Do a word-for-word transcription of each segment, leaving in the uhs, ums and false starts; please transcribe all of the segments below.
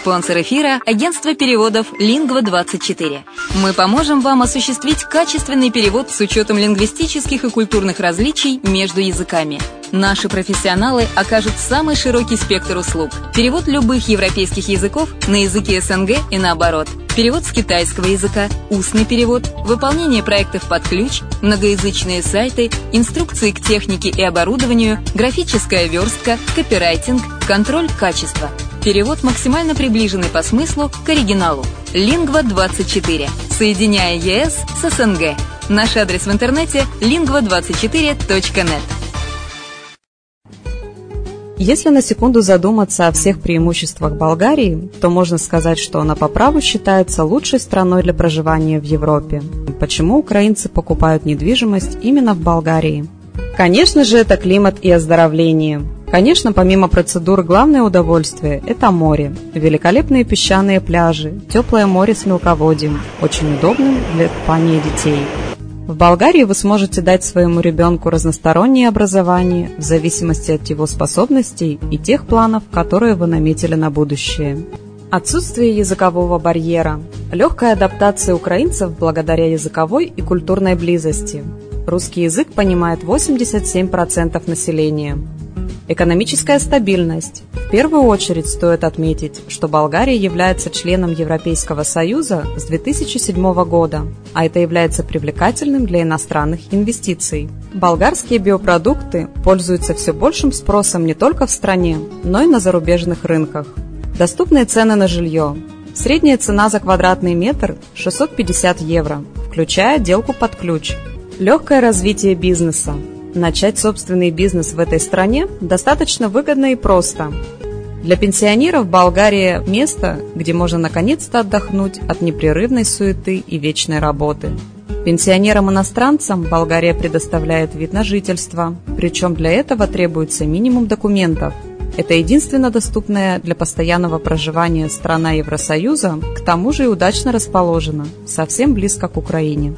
Спонсор эфира – агентство переводов Лингва двадцать четыре. Мы поможем вам осуществить качественный перевод с учетом лингвистических и культурных различий между языками. Наши профессионалы окажут самый широкий спектр услуг. Перевод любых европейских языков на языки СНГ и наоборот. Перевод с китайского языка, устный перевод, выполнение проектов под ключ, многоязычные сайты, инструкции к технике и оборудованию, графическая верстка, копирайтинг, контроль качества. Перевод максимально приближенный по смыслу к оригиналу. Лингва двадцать четыре. Соединяя ЕС с СНГ. Наш адрес в интернете – лингва двадцать четыре точка нет. Если на секунду задуматься о всех преимуществах Болгарии, то можно сказать, что она по праву считается лучшей страной для проживания в Европе. Почему украинцы покупают недвижимость именно в Болгарии? Конечно же, это климат и оздоровление. Конечно, помимо процедур, главное удовольствие – это море. Великолепные песчаные пляжи, теплое море с мелководьем, очень удобным для купания детей. В Болгарии вы сможете дать своему ребенку разностороннее образование в зависимости от его способностей и тех планов, которые вы наметили на будущее. Отсутствие языкового барьера, легкая адаптация украинцев благодаря языковой и культурной близости. Русский язык понимает восемьдесят семь процентов населения. Экономическая стабильность. В первую очередь стоит отметить, что Болгария является членом Европейского Союза с две тысячи седьмого года, а это является привлекательным для иностранных инвестиций. Болгарские биопродукты пользуются все большим спросом не только в стране, но и на зарубежных рынках. Доступные цены на жилье. Средняя цена за квадратный метр – шестьсот пятьдесят евро, включая отделку под ключ. Легкое развитие бизнеса. Начать собственный бизнес в этой стране достаточно выгодно и просто. Для пенсионеров Болгария – место, где можно наконец-то отдохнуть от непрерывной суеты и вечной работы. Пенсионерам-иностранцам Болгария предоставляет вид на жительство, причем для этого требуется минимум документов. Это единственно доступная для постоянного проживания страна Евросоюза, к тому же и удачно расположена, совсем близко к Украине.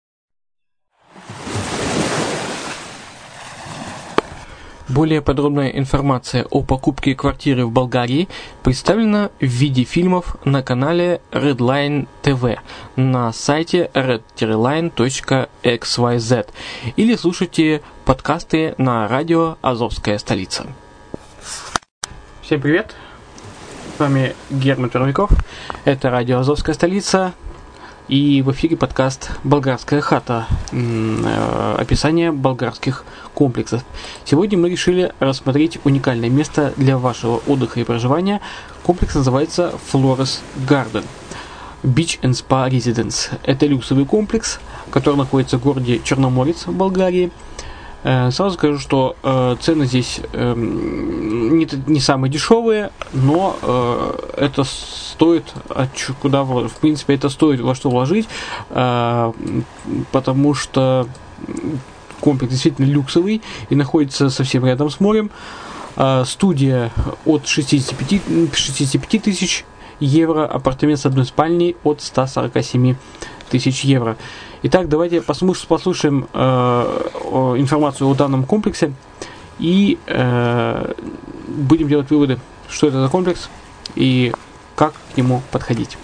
Более подробная информация о покупке квартиры в Болгарии представлена в виде фильмов на канале Redline ти ви на сайте red line точка икс уай зет или слушайте подкасты на радио «Азовская столица». Всем привет! С вами Герман Пермяков. Это радио «Азовская столица». И в эфире подкаст «Болгарская хата», описание болгарских комплексов. Сегодня мы решили рассмотреть уникальное место для вашего отдыха и проживания. Комплекс называется Flores Garden Beach and Spa Residence. Это люксовый комплекс, который находится в городе Черноморец в Болгарии. Сразу скажу, что э, цены здесь э, не, не самые дешевые, но э, это стоит, куда, в принципе, это стоит во что вложить, э, потому что комплекс действительно люксовый и находится совсем рядом с морем. Э, студия от шестидесяти пяти тысяч евро, апартамент с одной спальней от ста сорока семи тысяч евро. Итак, давайте послушаем э, информацию о данном комплексе и э, будем делать выводы, что это за комплекс и как к нему подходить.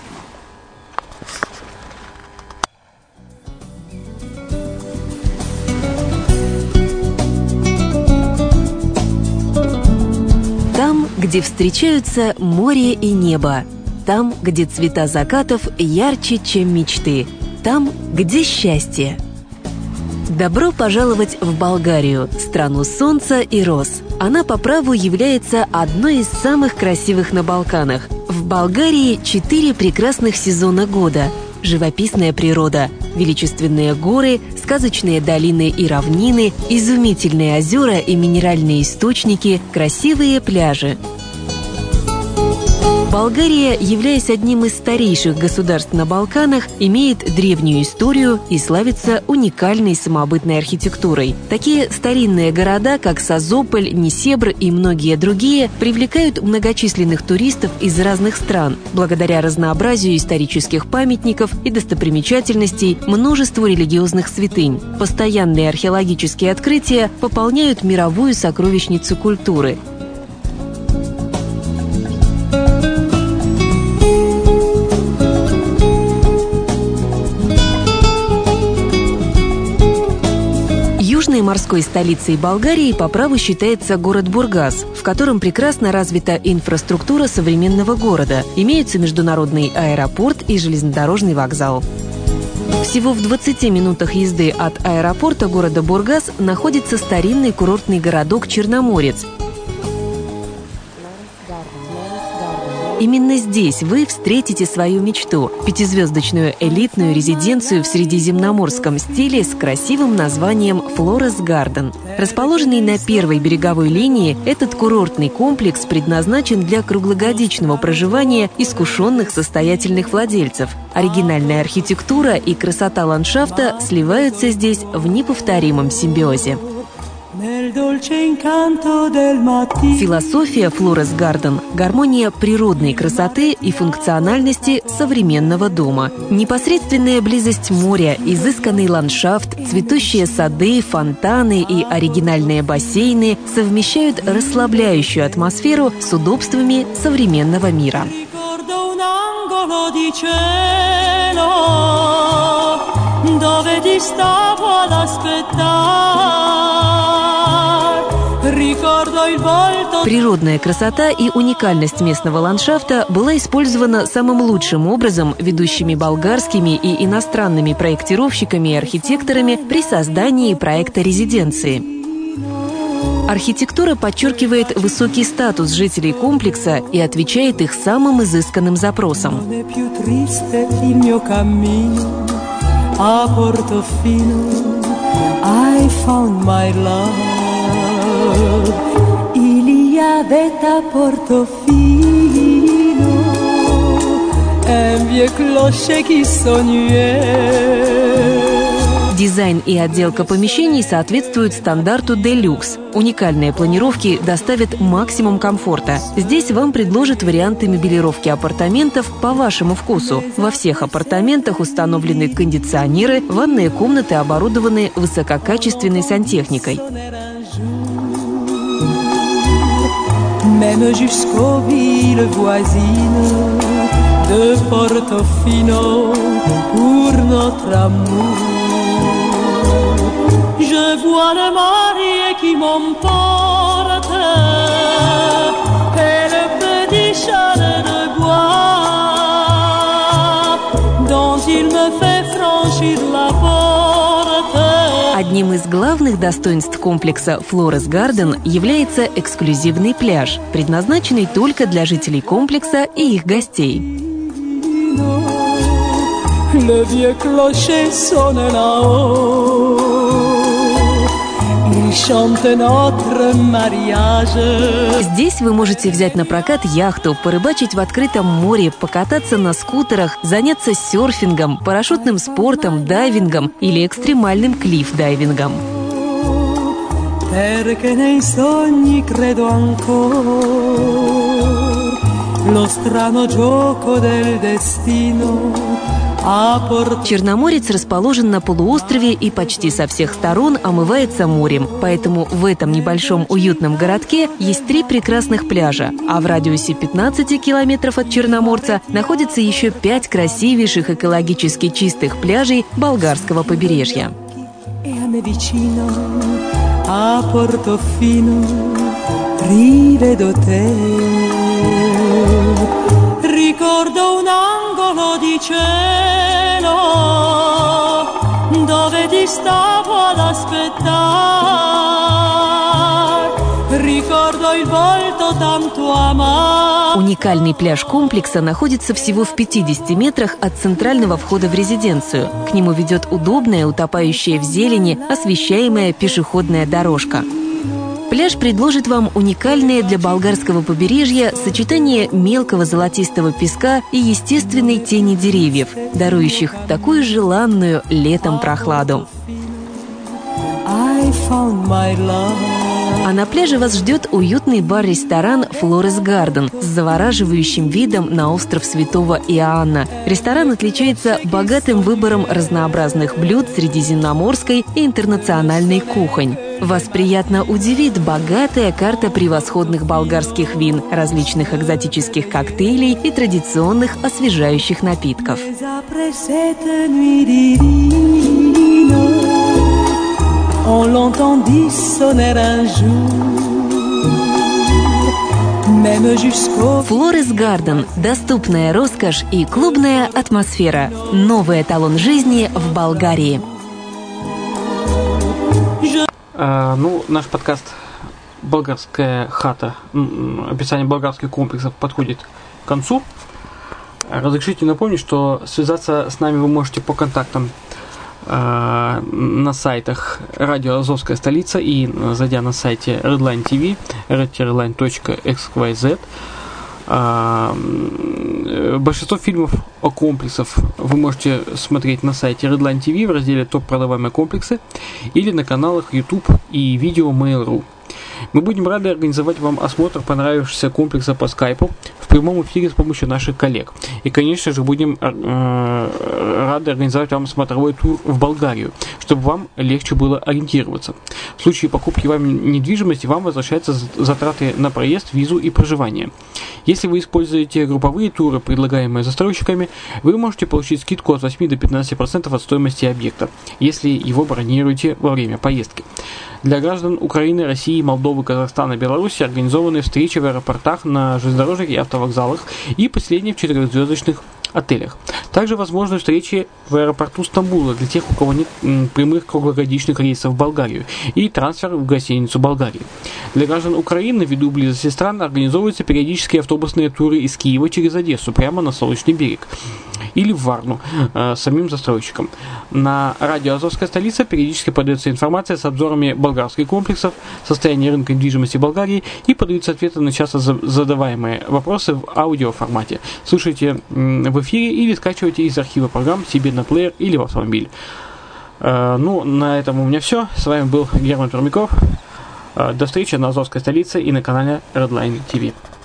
Там, где встречаются море и небо, там, где цвета закатов ярче, чем мечты, там, где счастье. Добро пожаловать в Болгарию, страну солнца и роз. Она по праву является одной из самых красивых на Балканах. В Болгарии четыре прекрасных сезона года. Живописная природа, величественные горы, сказочные долины и равнины, изумительные озера и минеральные источники, красивые пляжи. Болгария, являясь одним из старейших государств на Балканах, имеет древнюю историю и славится уникальной самобытной архитектурой. Такие старинные города, как Созополь, Несебр и многие другие, привлекают многочисленных туристов из разных стран, благодаря разнообразию исторических памятников и достопримечательностей, множеству религиозных святынь. Постоянные археологические открытия пополняют мировую сокровищницу культуры. Морской столицей Болгарии по праву считается город Бургас, в котором прекрасно развита инфраструктура современного города. Имеются международный аэропорт и железнодорожный вокзал. Всего в двадцати минутах езды от аэропорта города Бургас находится старинный курортный городок Черноморец. Именно здесь вы встретите свою мечту – пятизвездочную элитную резиденцию в средиземноморском стиле с красивым названием «Флорес Гарден». Расположенный на первой береговой линии, этот курортный комплекс предназначен для круглогодичного проживания искушенных состоятельных владельцев. Оригинальная архитектура и красота ландшафта сливаются здесь в неповторимом симбиозе. Философия Флорес Гарден – гармония природной красоты и функциональности современного дома. Непосредственная близость моря, изысканный ландшафт, цветущие сады, фонтаны и оригинальные бассейны совмещают расслабляющую атмосферу с удобствами современного мира. Природная красота и уникальность местного ландшафта была использована самым лучшим образом ведущими болгарскими и иностранными проектировщиками и архитекторами при создании проекта резиденции. Архитектура подчеркивает высокий статус жителей комплекса и отвечает их самым изысканным запросам. Veta Portofino, un vieux clocher qui sonnait. Дизайн и отделка помещений соответствуют стандарту «Делюкс». Уникальные планировки доставят максимум комфорта. Здесь вам предложат варианты мебелировки апартаментов по вашему вкусу. Во всех апартаментах установлены кондиционеры, ванные комнаты оборудованы высококачественной сантехникой. Même jusqu'aux villes voisines de Portofino pour notre amour. Je vois le marié qui m'emporte et le petit chalet de bois dont il me fait franchir la porte. Одним из главных достоинств комплекса Флорес Гарден является эксклюзивный пляж, предназначенный только для жителей комплекса и их гостей. Здесь вы можете взять на прокат яхту, порыбачить в открытом море, покататься на скутерах, заняться серфингом, парашютным спортом, дайвингом или экстремальным клифф-дайвингом. Черноморец расположен на полуострове и почти со всех сторон омывается морем, поэтому в этом небольшом уютном городке есть три прекрасных пляжа, а в радиусе пятнадцати километров от Черноморца находится еще пять красивейших экологически чистых пляжей болгарского побережья. Ricordo un angolo di cielo dove ti stavo ad aspettare. Ricordo il volto tanto amato. Уникальный пляж комплекса находится всего в пятидесяти метрах от центрального входа в резиденцию. К нему ведет удобная, утопающая в зелени, освещаемая пешеходная дорожка. Пляж предложит вам уникальное для болгарского побережья сочетание мелкого золотистого песка и естественной тени деревьев, дарующих такую желанную летом прохладу. А на пляже вас ждет уютный бар-ресторан «Флорес Гарден» с завораживающим видом на остров Святого Иоанна. Ресторан отличается богатым выбором разнообразных блюд средиземноморской и интернациональной кухонь. Вас приятно удивит богатая карта превосходных болгарских вин, различных экзотических коктейлей и традиционных освежающих напитков. on l'entendit sonner un jour, même jusqu'au... Flорис Гарден. Доступная роскошь и клубная атмосфера. Новый эталон жизни в Болгарии. А, ну, наш подкаст «Болгарская хата», описание болгарских комплексов подходит к концу. Разрешите напомнить, что связаться с нами вы можете по контактам э, на сайтах Радио Азовская столица и зайдя на сайте Redline ти ви, red line точка экс уай зет. Э, большинство фильмов о комплексах вы можете смотреть на сайте Redline ти ви в разделе «Топ продаваемые комплексы» или на каналах YouTube и видео Mail.ru. Мы будем рады организовать вам осмотр понравившегося комплекса по скайпу в прямом эфире с помощью наших коллег. И, конечно же, будем э, рады организовать вам смотровой тур в Болгарию, чтобы вам легче было ориентироваться. В случае покупки вами недвижимости вам возвращаются затраты на проезд, визу и проживание. Если вы используете групповые туры, предлагаемые застройщиками, вы можете получить скидку от восьми до пятнадцати процентов от стоимости объекта, если его бронируете во время поездки. Для граждан Украины, России, Молдовы, Казахстана, Беларуси организованы встречи в аэропортах, на железнодорожных и автовокзалах и поселения в четырехзвездочных отелях. Также возможны встречи в аэропорту Стамбула для тех, у кого нет м, прямых круглогодичных рейсов в Болгарию, и трансфер в гостиницу Болгарии. Для граждан Украины, ввиду близости стран, организовываются периодические автобусные туры из Киева через Одессу прямо на Солнечный берег или в Варну э, самим застройщиком. На радио «Азовская столица» периодически подается информация с обзорами болгарских комплексов, состояния рынка недвижимости Болгарии и подаются ответы на часто задаваемые вопросы в аудиоформате. Слушайте м, в эфире или скачивайте из архива программ себе на плеер или в автомобиль. Э, ну, на этом у меня все. С вами был Герман Пермяков. Э, до встречи на «Азовской столице» и на канале Redline ти ви.